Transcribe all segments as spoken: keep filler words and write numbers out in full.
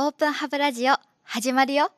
オープンハブラジオ始まるよ。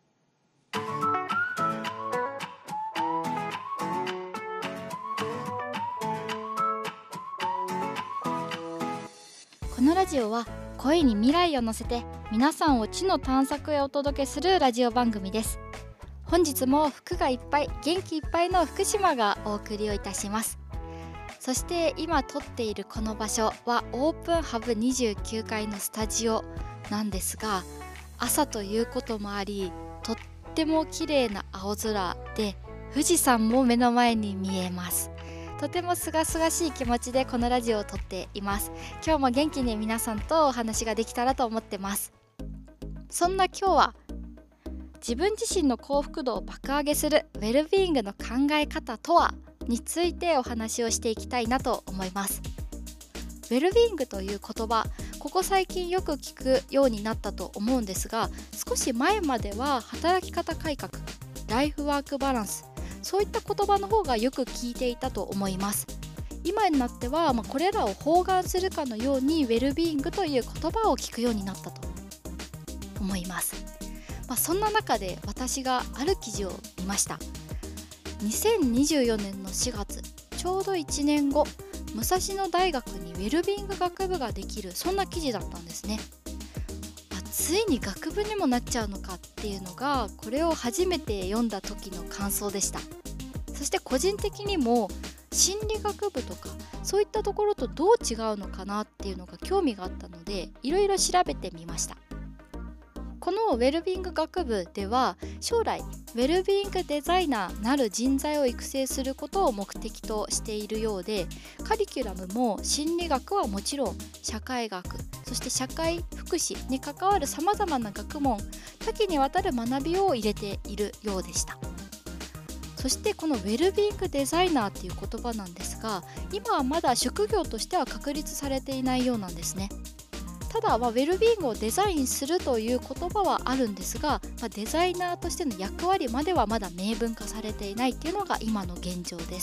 このラジオは声に未来を乗せて皆さんを知の探索へお届けするラジオ番組です。本日も服がいっぱい元気いっぱいの福島がお送りをいたします。そして今撮っているこの場所はオープンハブにじゅうきゅうかいのスタジオなんですが、朝ということもありとっても綺麗な青空で富士山も目の前に見えます。とてもすがすがしい気持ちでこのラジオを撮っています。今日も元気に皆さんとお話ができたらと思ってます。そんな今日は自分自身の幸福度を爆上げするウェルビーイングの考え方とはについてお話をしていきたいなと思います。ウェルビーイングという言葉、ここ最近よく聞くようになったと思うんですが、少し前までは働き方改革、ライフワークバランス、そういった言葉の方がよく聞いていたと思います。今になっては、まあ、これらを包含するかのようにウェルビーイングという言葉を聞くようになったと思います。まあ、そんな中で私がある記事を見ました。にせんにじゅうよねんのしがつ、ちょうどいちねんご、武蔵野大学にウェルビーイング学部ができる、そんな記事だったんですね。あ、ついに学部にもなっちゃうのかっていうのが、これを初めて読んだ時の感想でした。そして個人的にも心理学部とかそういったところとどう違うのかなっていうのが興味があったので、いろいろ調べてみました。このウェルビーイング学部では将来ウェルビーイングデザイナーなる人材を育成することを目的としているようで、カリキュラムも心理学はもちろん社会学、そして社会福祉に関わるさまざまな学問、多岐にわたる学びを入れているようでした。そしてこのウェルビーイングデザイナーっていう言葉なんですが、今はまだ職業としては確立されていないようなんですね。ただ、まあ、ウェルビーイングをデザインするという言葉はあるんですが、まあ、デザイナーとしての役割まではまだ明文化されていないっていうのが今の現状です。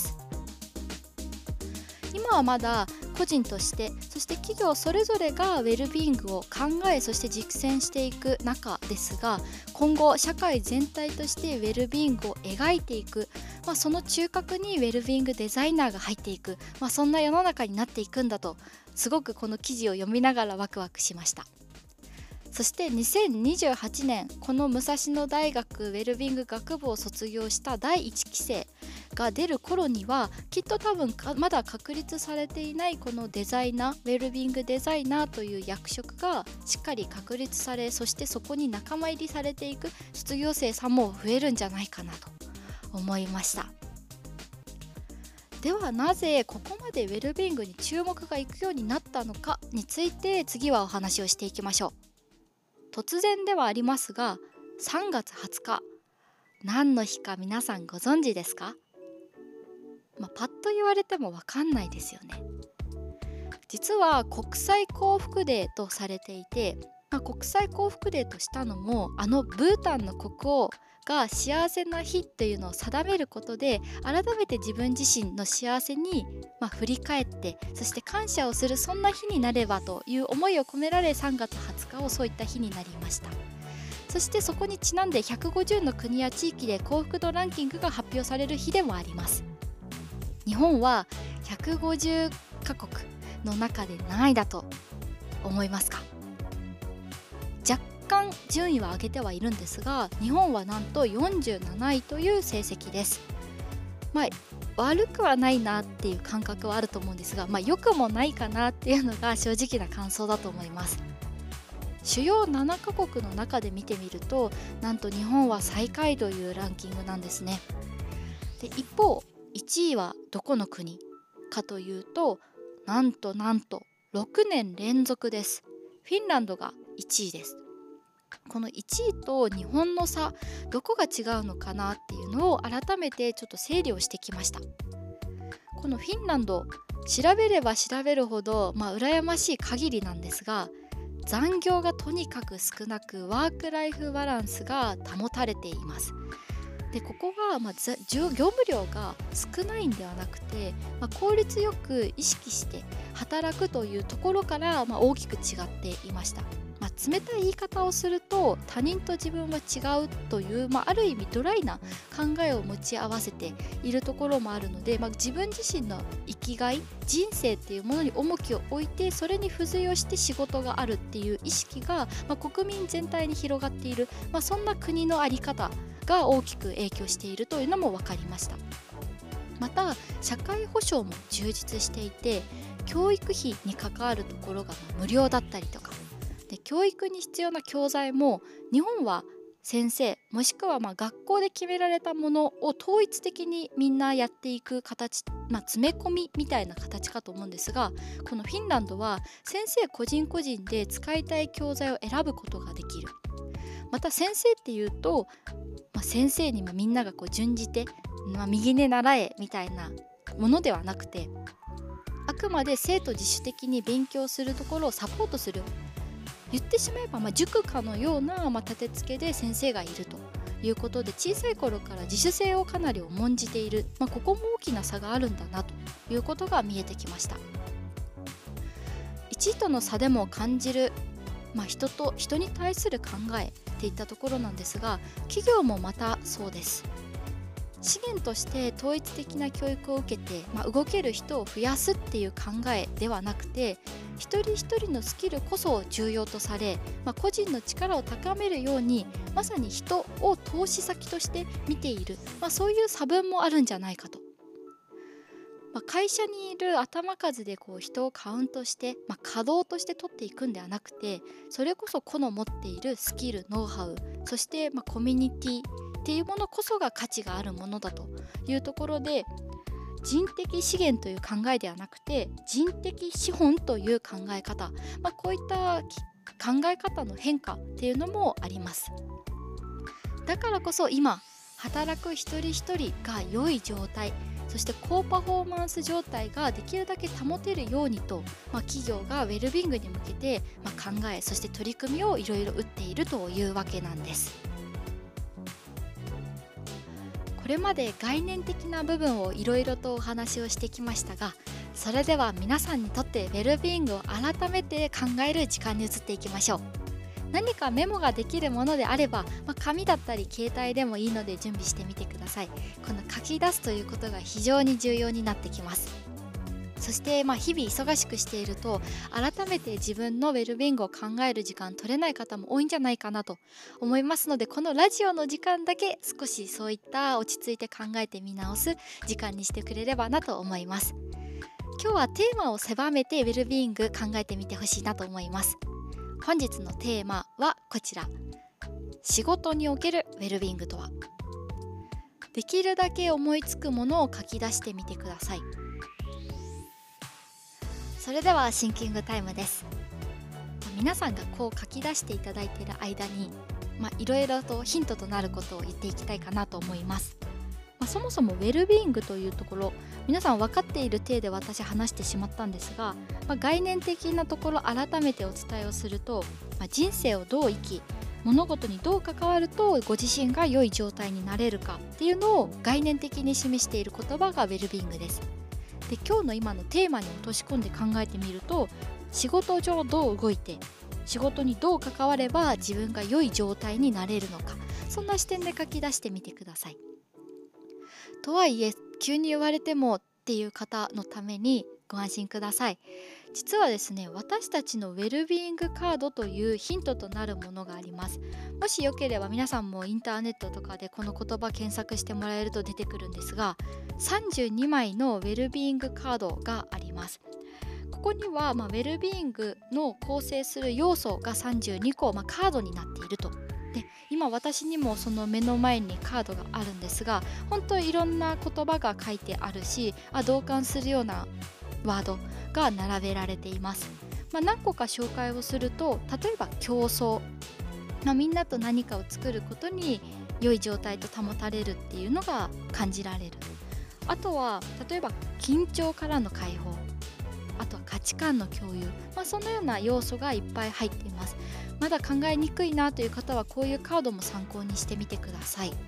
今はまだ個人として、そして企業それぞれがウェルビーイングを考え、そして実践していく中ですが、今後社会全体としてウェルビーイングを描いていく、まあ、その中核にウェルビーイングデザイナーが入っていく、まあ、そんな世の中になっていくんだと、すごくこの記事を読みながらワクワクしました。そしてにせんにじゅうはちねん、この武蔵野大学ウェルビーイング学部を卒業しただいいちきせいが出る頃には、きっと多分まだ確立されていないこのデザイナー、ウェルビーイングデザイナーという役職がしっかり確立され、そしてそこに仲間入りされていく卒業生さんも増えるんじゃないかなと思いました。ではなぜここまでウェルビーイングに注目がいくようになったのかについて、次はお話をしていきましょう。突然ではありますが、さんがつはつか、何の日か皆さんご存知ですか？まあ、パッと言われても分かんないですよね。実は国際幸福デーとされていて、まあ、国際幸福デーとしたのも、あのブータンの国王が幸せな日っていうのを定めることで、改めて自分自身の幸せに、まあ、振り返って、そして感謝をする、そんな日になればという思いを込められ、さんがつはつかをそういった日になりました。そしてそこにちなんでひゃくごじゅうの国や地域で幸福度ランキングが発表される日でもあります。日本はひゃくごじゅうかこくの中で何位だと思いますか？若干順位は上げてはいるんですが、日本はなんとよんじゅうなないという成績です。まあ悪くはないなっていう感覚はあると思うんですが、まあ良くもないかなっていうのが正直な感想だと思います。主要ななかこくの中で見てみると、なんと日本は最下位というランキングなんですね。で、一方いちいはどこの国かというと、なんとなんとろくねんれんぞくです。フィンランドがいちいです。このいちいと日本の差、どこが違うのかなっていうのを改めてちょっと整理をしてきました。このフィンランド、調べれば調べるほど、まあ羨ましい限りなんですが、残業がとにかく少なく、ワークライフバランスが保たれています。でここが、まあ、業務量が少ないんではなくて、まあ、効率よく意識して働くというところから、まあ、大きく違っていました。 まあ、冷たい言い方をすると他人と自分は違うという、まあ、ある意味ドライな考えを持ち合わせているところもあるので、まあ、自分自身の生きがい人生っていうものに重きを置いてそれに付随をして仕事があるっていう意識が、まあ、国民全体に広がっている、まあ、そんな国の在り方が大きく影響しているというのも分かりました。また社会保障も充実していて教育費に関わるところが無料だったりとかで、教育に必要な教材も日本は先生もしくはまあ学校で決められたものを統一的にみんなやっていく形、まあ、詰め込みみたいな形かと思うんですが、このフィンランドは先生個人個人で使いたい教材を選ぶことができる。また先生っていうと、まあ、先生にもみんながこう準じて、まあ、右に習えみたいなものではなくて、あくまで生徒自主的に勉強するところをサポートする、言ってしまえばまあ塾かのようなまあ立て付けで先生がいるということで、小さい頃から自主性をかなり重んじている、まあ、ここも大きな差があるんだなということが見えてきました。いちいとの差でも感じる、まあ、人と人に対する考えっていったところなんですが、企業もまたそうです。資源として統一的な教育を受けて、まあ、動ける人を増やすっていう考えではなくて、一人一人のスキルこそ重要とされ、まあ、個人の力を高めるようにまさに人を投資先として見ている、まあ、そういう差分もあるんじゃないかと。まあ、会社にいる頭数でこう人をカウントして、まあ、稼働として取っていくんではなくて、それこそ個の持っているスキルノウハウ、そしてまあコミュニティっていうものこそが価値があるものだというところで、人的資源という考えではなくて人的資本という考え方、まあ、こういった考え方の変化っていうのもあります。だからこそ今働く一人一人が良い状態、そして高パフォーマンス状態ができるだけ保てるようにと、まあ、企業がウェルビーイングに向けて、まあ、考え、そして取り組みをいろいろ打っているというわけなんです。これまで概念的な部分をいろいろとお話をしてきましたが、それでは皆さんにとってウェルビーイングを改めて考える時間に移っていきましょう。何かメモができるものであれば、まあ、紙だったり携帯でもいいので準備してみてください。この書き出すということが非常に重要になってきます。そしてまあ日々忙しくしていると改めて自分のウェルビーイングを考える時間取れない方も多いんじゃないかなと思いますので、このラジオの時間だけ少しそういった落ち着いて考えてみ直す時間にしてくれればなと思います。今日はテーマを狭めてウェルビーイング考えてみてほしいなと思います。本日のテーマはこちら。仕事におけるウェルビーイングとは。できるだけ思いつくものを書き出してみてください。それではシンキングタイムです。皆さんがこう書き出していただいている間に、まあ、いろいろとヒントとなることを言っていきたいかなと思います。まあ、そもそもウェルビーイングというところ、皆さん分かっている体で私話してしまったんですが、まあ、概念的なところ改めてお伝えをすると、まあ、人生をどう生き物事にどう関わるとご自身が良い状態になれるかっていうのを概念的に示している言葉がウェルビーイングです。で、今日の今のテーマに落とし込んで考えてみると、仕事上どう動いて仕事にどう関われば自分が良い状態になれるのか、そんな視点で書き出してみてください。とはいえ急に言われてもっていう方のためにご安心ください。実はですね、私たちのウェルビーイングカードというヒントとなるものがあります。もしよければ皆さんもインターネットとかでこの言葉検索してもらえると出てくるんですが、さんじゅうにまいのウェルビーイングカードがあります。ここには、まあ、ウェルビーイングの構成する要素がさんじゅうにこ、まあ、カードになっていると。で、今私にもその目の前にカードがあるんですが、本当にいろんな言葉が書いてあるし、あ同感するようなワードが並べられています。まあ、何個か紹介をすると、例えば競争、まあ、みんなと何かを作ることに良い状態と保たれるっていうのが感じられる。あとは例えば緊張からの解放、あとは価値観の共有、まあ、そのような要素がいっぱい入っています。まだ考えにくいなという方はこういうカードも参考にしてみてください。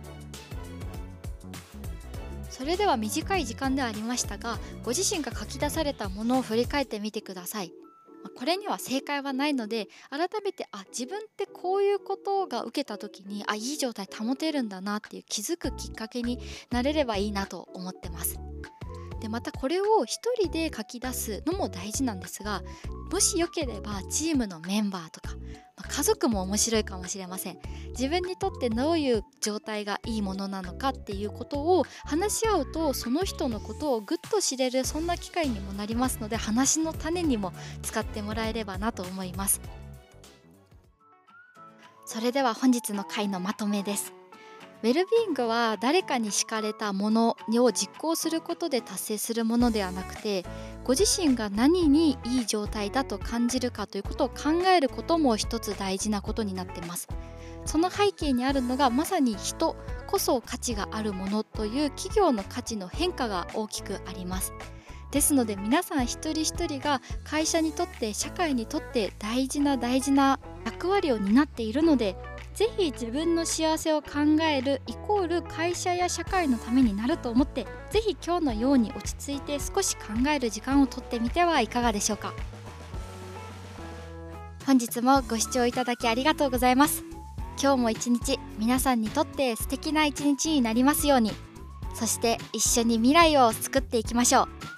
それでは短い時間ではありましたが、ご自身が書き出されたものを振り返ってみてください。 これには正解はないので、改めてあ自分ってこういうことが受けた時にあいい状態保てるんだなっていう気づくきっかけになれればいいなと思ってます。でまたこれを一人で書き出すのも大事なんですが、もしよければチームのメンバーとか、まあ、家族も面白いかもしれません。自分にとってどういう状態がいいものなのかっていうことを話し合うと、その人のことをぐっと知れる、そんな機会にもなりますので、話の種にも使ってもらえればなと思います。それでは本日の回のまとめです。ウェルビーイングは誰かに敷かれたものを実行することで達成するものではなくて、ご自身が何にいい状態だと感じるかということを考えることも一つ大事なことになっています。その背景にあるのが、まさに人こそ価値があるものという企業の価値の変化が大きくあります。ですので皆さん一人一人が会社にとって社会にとって大事な大事な役割を担っているので、ぜひ自分の幸せを考えるイコール会社や社会のためになると思って、ぜひ今日のように落ち着いて少し考える時間をとってみてはいかがでしょうか。本日もご視聴いただきありがとうございます。今日も一日皆さんにとって素敵な一日になりますように。そして一緒に未来を作っていきましょう。